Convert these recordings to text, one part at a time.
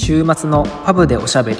週末のパブでおしゃべり。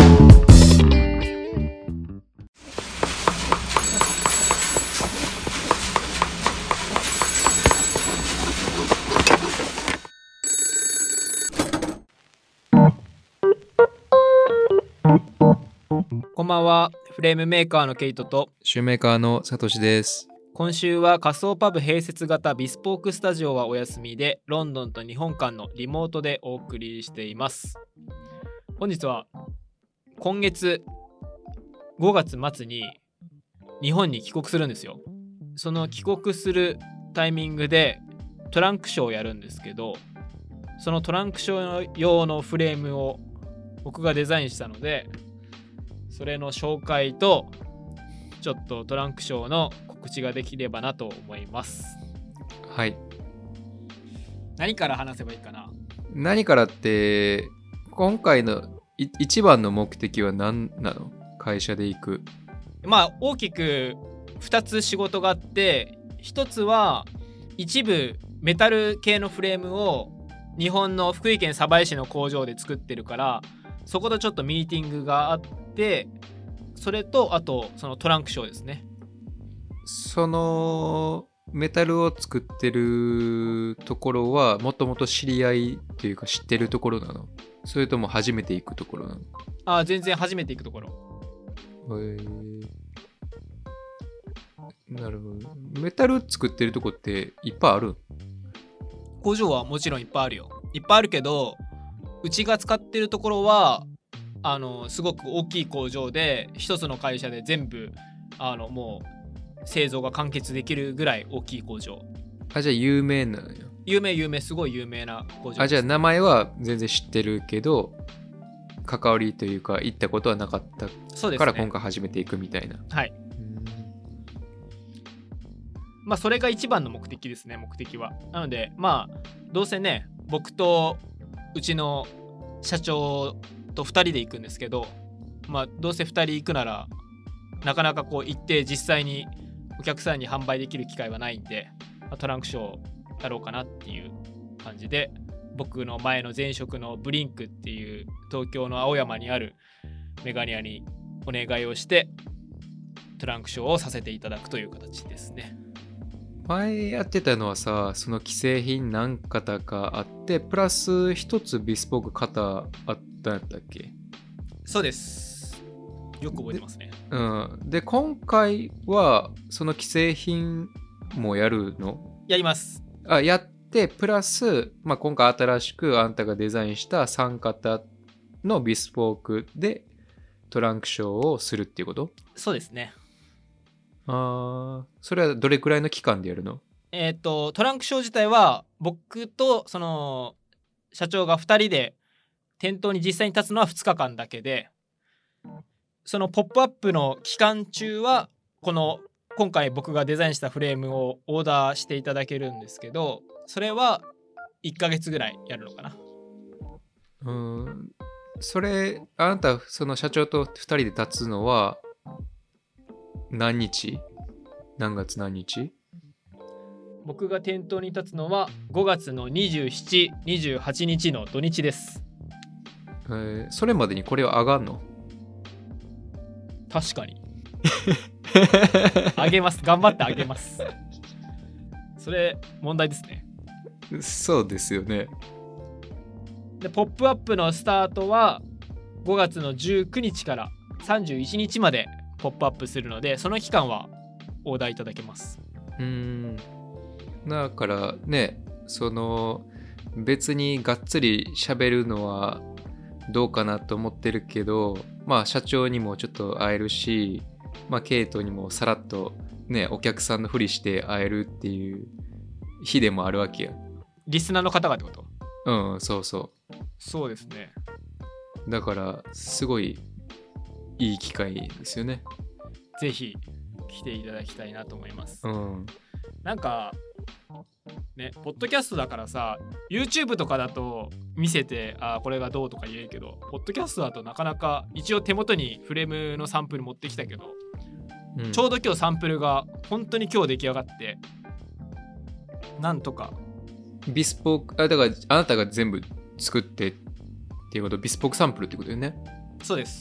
こんばんは。フレームメーカーのケイトとシューメーカーのサトシです。 今週は仮想パブ併設型ビスポークスタジオはお休みでロンドンと日本間のリモートでお送りしています。本日は今月5月末に日本に帰国するんですよ。その帰国するタイミングでトランクショーをやるんですけど、そのトランクショー用のフレームを僕がデザインしたので、それの紹介とちょっとトランクショーの告知ができればなと思います。 はい。 何から話せばいいかな。 何からって今回の一番の目的は何なの？会社で行く。 まあ大きく2つ仕事があって、1つは一部メタル系のフレームを日本の福井県鯖江市の工場で作ってるから、そことちょっとミーティングがあって、それとあとそのトランクショーですね。 そのメタルを作ってるところはもともと知り合いというか知ってるところなの？それとも初めて行くところなの？ 全然初めて行くところ。 なるほど。メタル作ってるとこっていっぱいある？ 工場はもちろんいっぱいあるよ。いっぱいあるけど、うちが使ってるところはすごく大きい工場で、一つの会社で全部もう製造が完結できるぐらい大きい工場。 じゃあ有名なのよ。 有名、すごい有名な工場です。 じゃあ名前は全然知ってるけど関わりというか行ったことはなかったから今回初めて行くみたいな。 はい。まあそれが一番の目的ですね。目的はなので、まあどうせね、僕とうちの社長と2人で行くんですけど、まあどうせ2人行くならなかなかこう行って実際にお客さんに販売できる機会はないんで、トランクショーやろうかなっていう感じで、僕の前の前職のブリンクっていう東京の青山にあるメガニアにお願いをしてトランクショーをさせていただくという形ですね。 前やってたのはさ、その既製品何型かあってプラス一つビスポーク型あったんだっけ？ そうです。よく覚えてますね。 で今回はその既製品もやるの？ やります。 やってプラス、今回新しくあんたがデザインした3型のビスポークでトランクショーをするっていうこと？ そうですね。 それはどれくらいの期間でやるの？ トランクショー自体は僕とその社長が2人で店頭に実際に立つのは2日間だけで、そのポップアップの期間中は今回僕がデザインしたフレームをオーダーしていただけるんですけど、それは1ヶ月ぐらいやるのかな。 それあなたその社長と2人で立つのは何日？何月何日？ 僕が店頭に立つのは5月の27、28日の土日です。 それまでにこれは上がんの？ 確かに上げます。頑張って上げます。それ問題ですね。 そうですよね。 でポップアップのスタートは5月の19日から31日までポップアップするので、その期間はオーダーいただけます。 だからね、その別にがっつり喋るのはどうかなと思ってるけど、社長にもちょっと会えるし、ケイトにもさらっとねお客さんのふりして会えるっていう日でもあるわけや。 リスナーの方がってこと？ そうですね。 だからすごいいい機会ですよね。 ぜひ来ていただきたいなと思います。なんかね、ポッドキャストだからさ、 YouTube とかだと見せてこれがどうとか言えるけど、ポッドキャストだとなかなか、一応手元にフレームのサンプル持ってきたけど、ちょうど今日サンプルが本当に今日出来上がって、なんとかビスポークだからあなたが全部作ってっっていうこと、ビスポークサンプルってことよね。 そうです。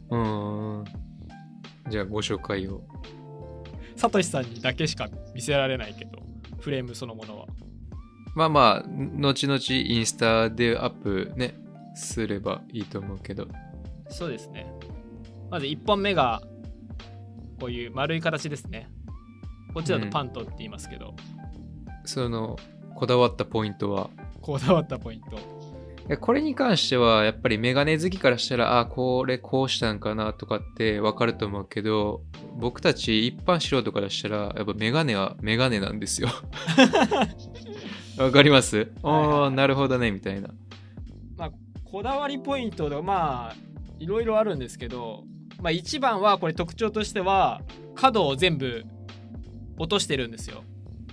じゃあご紹介を。 サトシさんにだけしか見せられないけど、フレームそのものは。 まあまあ、後々インスタでアップね、すればいいと思うけど。 そうですね。まず1本目が、こういう丸い形ですね。こっちだとパントって言いますけど。 その、こだわったポイントは？ こだわったポイント。 これに関しては、やっぱりメガネ好きからしたら、これこうしたんかなとかってわかると思うけど、僕たち一般素人からしたら、やっぱメガネはメガネなんですよ。わかります？なるほどね、みたいな。 まあ、こだわりポイントで、まあ、いろいろあるんですけど、まあ一番はこれ特徴としては、角を全部落としてるんですよ。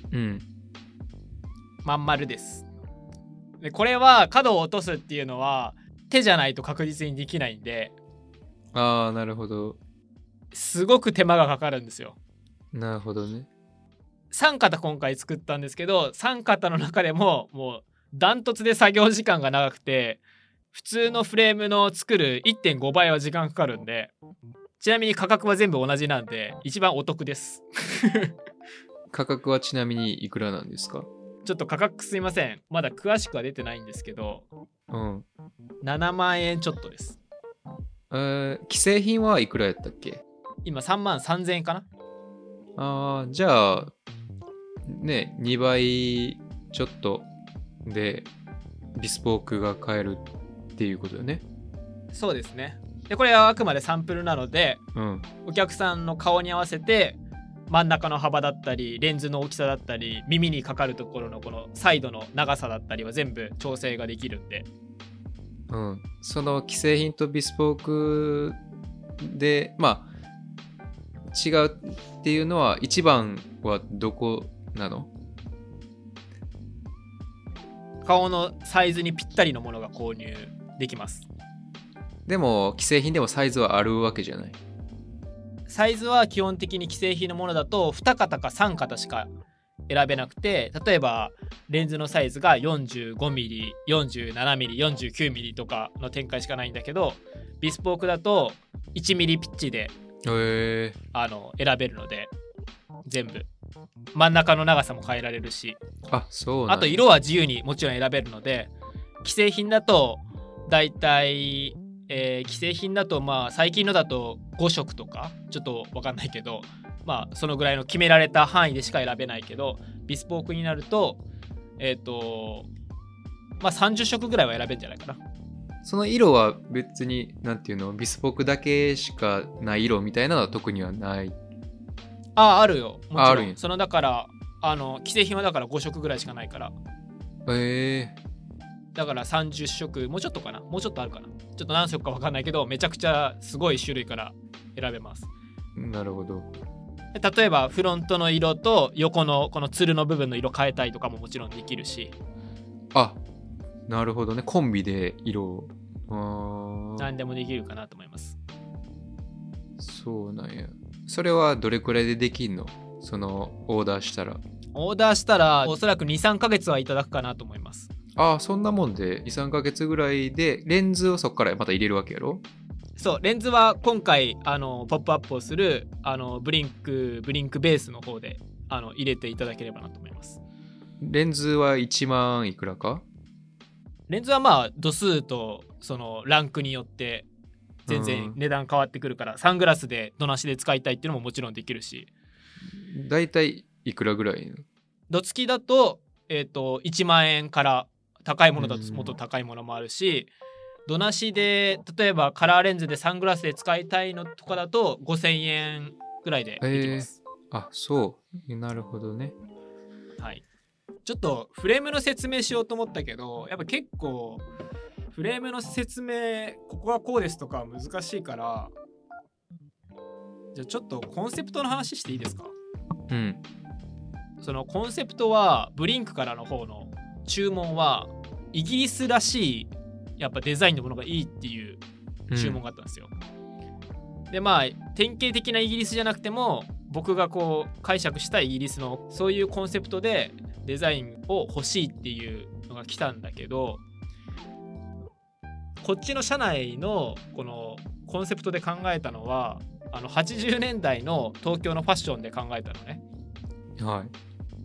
まん丸です。でこれは角を落とすっていうのは手じゃないと確実にできないんで、 なるほど。 すごく手間がかかるんですよ。 なるほどね。 3型今回作ったんですけど、3型の中でももうダントツで作業時間が長くて、普通のフレームの作る 1.5 倍は時間かかるんで、ちなみに価格は全部同じなんで一番お得です。 価格はちなみにいくらなんですか？ ちょっと価格すいません、まだ詳しくは出てないんですけど、7万円ちょっとです。 既製品はいくらやったっけ？ 今3万3000円かな。じゃあね、2倍ちょっとでビスポークが買えるっていうことよね。 そうですね。でこれはあくまでサンプルなので、お客さんの顔に合わせて真ん中の幅だったりレンズの大きさだったり耳にかかるところのこのサイドの長さだったりは全部調整ができるんで、 その既製品とビスポークでまあ違うっていうのは、一番はどこなの？ 顔のサイズにぴったりのものが購入できます。 でも既製品でもサイズはあるわけじゃない？ サイズは基本的に既製品のものだと2型か3型しか選べなくて、例えばレンズのサイズが 45mm、47mm、49mm とかの展開しかないんだけど、ビスポークだと 1mm ピッチで選べるので、全部真ん中の長さも変えられるし、 そうなん。 あと色は自由にもちろん選べるので、既製品だとだいたい既製品だとまあ最近のだと5色とかちょっと分かんないけど、まあそのぐらいの決められた範囲でしか選べないけど、ビスポークになるとまあ30色ぐらいは選べるんじゃないかな。 その色は別になんていうの、ビスポークだけしかない色みたいなのは特にはない？ あるよ、もちろん。 あるんや。 そのだから既製品はだから5色ぐらいしかないから。だから30色、もうちょっとかな、もうちょっとあるかな、ちょっと何色か分かんないけど、めちゃくちゃすごい種類から選べます。 なるほど。 例えばフロントの色と横のこのツルの部分の色変えたいとかももちろんできるし。 なるほどね、コンビで色を何でもできるかなと思います。 そうなんや。それはどれくらいでできんの？そのオーダーしたらおそらく 2,3 ヶ月はいただくかなと思います。 そんなもんで 2,3 ヶ月ぐらいでレンズをそこからまた入れるわけやろ？ そう、レンズは今回ポップアップをするブリンクベースの方で入れていただければなと思います。 レンズは1万いくらか？ レンズはまあ度数とそのランクによって全然値段変わってくるから、サングラスでどなしで使いたいっていうのももちろんできるし。 だいたいいくらぐらい？ 度付きだと1万円から高いものだともっと高いものもあるし、どなしで例えばカラーレンズでサングラスで使いたいのとかだと5,000円ぐらいでできます。 そうなるほどね。 はい。ちょっとフレームの説明しようと思ったけど、やっぱ結構フレームの説明ここがこうですとか難しいから、じゃあちょっとコンセプトの話していいですか？そのコンセプトはブリンクからの方の注文はイギリスらしいやっぱデザインのものがいいっていう注文があったんですよ。でまあ典型的なイギリスじゃなくても僕がこう解釈したイギリスのそういうコンセプトでデザインを欲しいっていうのが来たんだけど、 こっちの社内のこのコンセプトで考えたのは80年代の東京のファッションで考えたのね。 はい。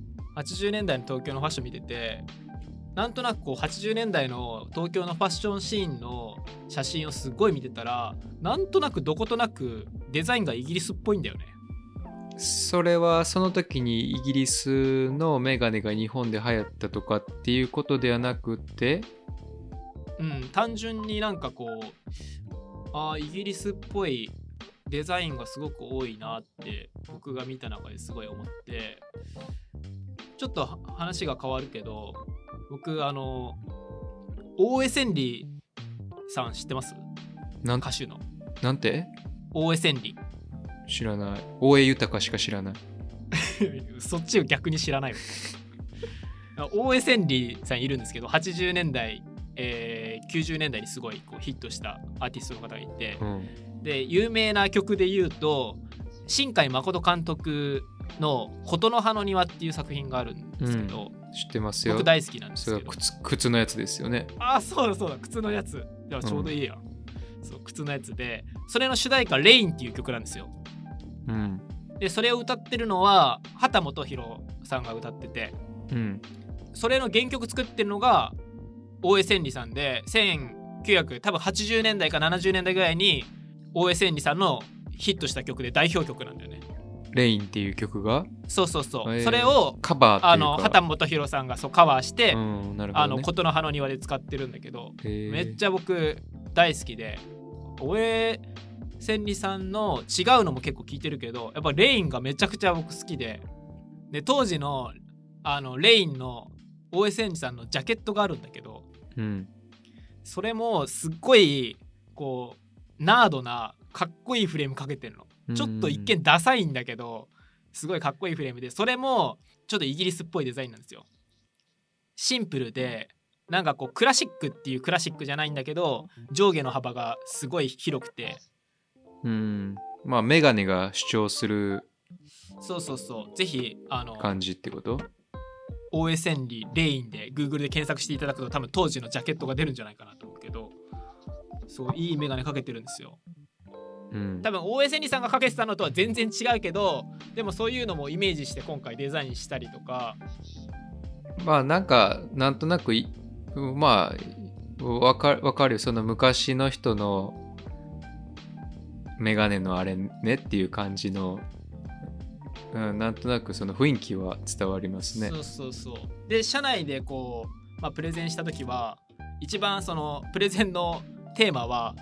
80年代の東京のファッション見てて、なんとなくこう80年代の東京のファッションシーンの写真をすごい見てたら、なんとなくどことなくデザインがイギリスっぽいんだよね。 それはその時にイギリスのメガネが日本で流行ったとかっていうことではなくて、 単純になんかこうイギリスっぽいデザインがすごく多いなって僕が見た中ですごい思って、ちょっと話が変わるけど、僕大江千里さん知ってます？歌手のなんて？ 大江千里。 知らない。大江豊しか知らない。 そっちを逆に知らない大江千里さんいるんですけど、80年代、90年代にすごいこうヒットしたアーティストの方がいて、で有名な曲で言うと新海誠監督の琴の葉の庭っていう作品があるんですけど、 知ってますよ。 僕大好きなんですけど。 それは靴のやつですよね。 そうだそうだ、靴のやつ。でもちょうどいいや、そう靴のやつで、それの主題歌レインっていう曲なんですよ。でそれを歌ってるのは秦基博さんが歌ってて、それの原曲作ってるのが大江千里さんで、1980年代か70年代ぐらいに大江千里さんのヒットした曲で代表曲なんだよね。 レインっていう曲が、 そう、それをカバーっていうか秦基博さんがカバーして、 なるほどね、 琴の葉の庭で使ってるんだけど、めっちゃ僕大好きで、大江千里さんの違うのも結構聞いてるけど、やっぱレインがめちゃくちゃ僕好きで、当時のレインの大江千里さんのジャケットがあるんだけど、それもすっごいこうナードなかっこいいフレームかけてるの。ちょっと一見ダサいんだけどすごいかっこいいフレームで、それもちょっとイギリスっぽいデザインなんですよ。シンプルで、なんかこうクラシックっていうクラシックじゃないんだけど、上下の幅がすごい広くて、 まあメガネが主張する、 そうぜひ感じってこと？ 大江千里レインで Google で検索していただくと多分当時のジャケットが出るんじゃないかなと思うけど、そういいメガネかけてるんですよ。多分大江千里さんがかけてたのとは全然違うけど、でもそういうのもイメージして今回デザインしたりとか、 まあなんとなくまあわかるよ。その昔の人のメガネのあれねっていう感じの、なんとなくその雰囲気は伝わりますね。 そうで社内でこう、プレゼンした時は一番そのプレゼンのテーマは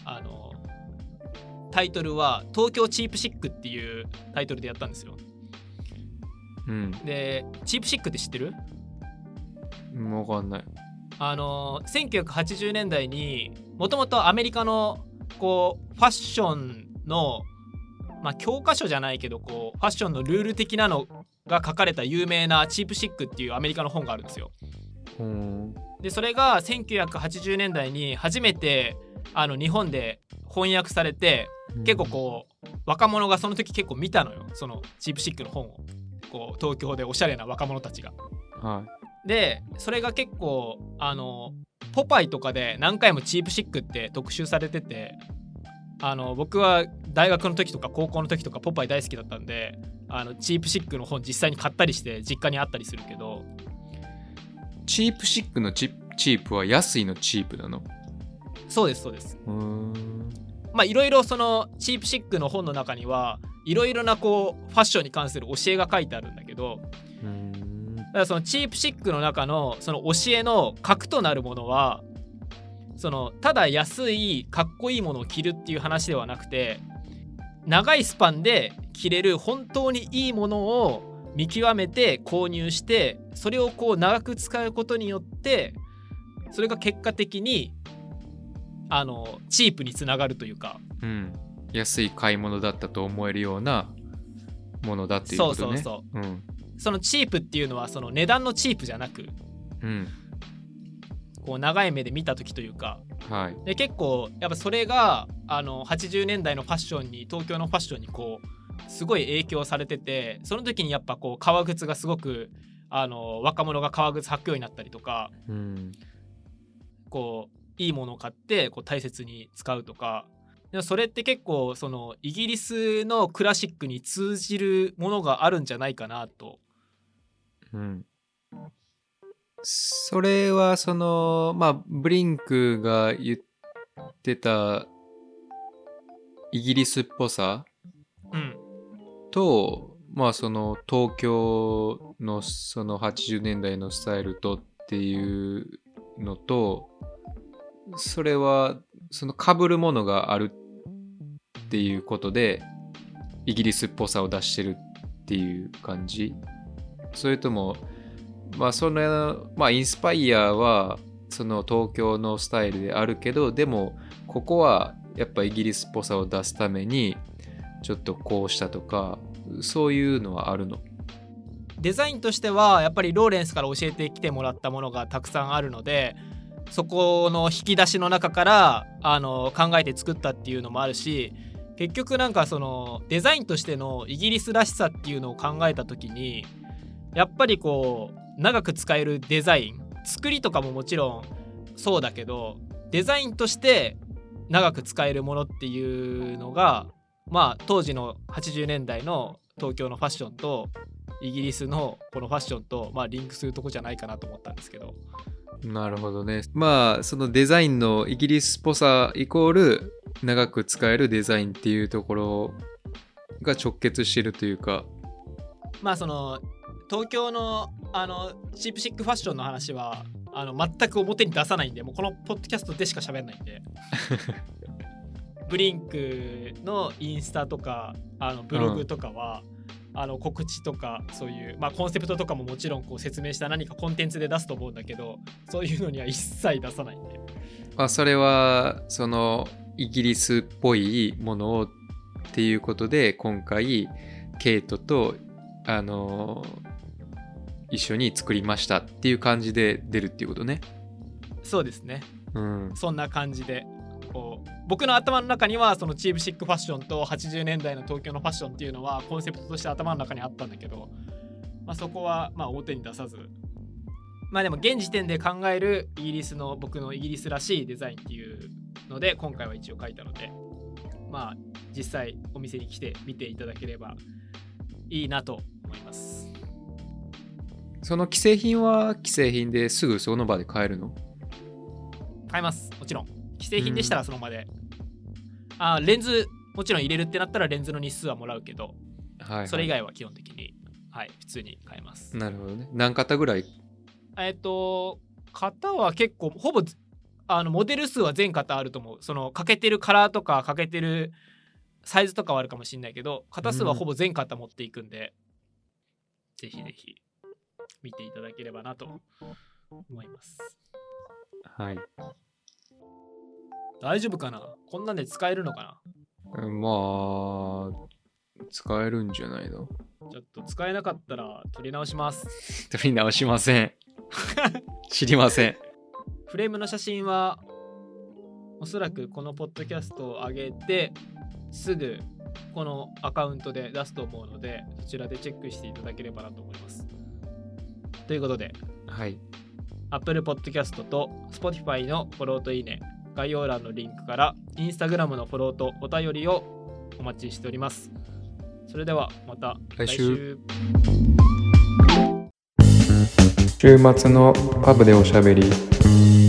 タイトルは東京チープシックっていうタイトルでやったんですよ。でチープシックって知ってる？ わかんない。 1980年代にもともとアメリカのこうファッションの教科書じゃないけどこうファッションのルール的なのが書かれた有名なチープシックっていうアメリカの本があるんですよ。でそれが1980年代に初めて日本で翻訳されて、結構こう若者がその時結構見たのよ、そのチープシックの本を。こう東京でおしゃれな若者たちが、でそれが結構ポパイとかで何回もチープシックって特集されてて、僕は大学の時とか高校の時とかポパイ大好きだったんで、チープシックの本実際に買ったりして実家にあったりするけど。 チープシックのチープは安いのチープなの？ そうですいろいろそのチープシックの本の中にはいろいろなこうファッションに関する教えが書いてあるんだけど、だからそのチープシックの中のその教えの核となるものは、そのただ安いかっこいいものを着るっていう話ではなくて、長いスパンで着れる本当にいいものを見極めて購入して、それをこう長く使うことによってそれが結果的にチープにつながるというか、 安い買い物だったと思えるようなものだっていうことね。 そのチープっていうのはその値段のチープじゃなく、こう長い目で見た時というか、で結構やっぱそれが80年代のファッションに、東京のファッションにこうすごい影響されてて、その時にやっぱこう革靴がすごく若者が革靴履くようになったりとか、こういいものを買ってこう大切に使うとか、でもそれって結構そのイギリスのクラシックに通じるものがあるんじゃないかなと。 うん。それはそのブリンクが言ってたイギリスっぽさと、その東京のその80年代のスタイルとっていうのと、それはその被るものがあるっていうことでイギリスっぽさを出してるっていう感じ？それともそのインスパイアはその東京のスタイルであるけど、でもここはやっぱイギリスっぽさを出すためにちょっとこうしたとか、そういうのはあるの？ デザインとしてはやっぱりローレンスから教えてきてもらったものがたくさんあるので、そこの引き出しの中から考えて作ったっていうのもあるし、結局なんかそのデザインとしてのイギリスらしさっていうのを考えた時に、やっぱりこう長く使えるデザイン、作りとかももちろんそうだけど、デザインとして長く使えるものっていうのが当時の80年代の東京のファッションとイギリスのこのファッションとリンクするとこじゃないかなと思ったんですけど。 なるほどね。そのデザインのイギリスっぽさイコール長く使えるデザインっていうところが直結してるというか、 その東京のチープシックファッションの話は全く表に出さないんで、もうこのポッドキャストでしか喋んないんでブリンクのインスタとかブログとかは、告知とかそういう、コンセプトとかももちろんこう説明した何かコンテンツで出すと思うんだけど、そういうのには一切出さないんで。 それはそのイギリスっぽいものをっていうことで、今回ケイトと一緒に作りましたっていう感じで出るっていうことね。 そうですね、 うん、 そんな感じでこう僕の頭の中にはそのチープシックファッションと80年代の東京のファッションっていうのはコンセプトとして頭の中にあったんだけど、そこは表に出さず、でも現時点で考えるイギリスの僕のイギリスらしいデザインっていうので今回は一応書いたので、実際お店に来て見ていただければいいなと思います。 その既製品は既製品ですぐその場で買えるの？ 買えます、もちろん。既製品でしたらその場で、レンズもちろん入れるってなったらレンズの日数はもらうけど、それ以外は基本的に、普通に買えます。 なるほどね。何型ぐらい？ 型は結構ほぼモデル数は全型あると思う。その欠けてるカラーとか欠けてるサイズとかはあるかもしれないけど、型数はほぼ全型持っていくんで、ぜひぜひ見ていただければなと思います。 はい。 大丈夫かな？こんなんで使えるのかな？使えるんじゃないの？ ちょっと使えなかったら取り直します。 取り直しません。知りません。 フレームの写真はおそらくこのポッドキャストを上げてすぐこのアカウントで出すと思うので、そちらでチェックしていただければなと思います。ということで、Apple Podcast と Spotify のフォローといいね、概要欄のリンクからインスタグラムのフォローとお便りをお待ちしております。それではまた来週。 週末のパブでおしゃべり。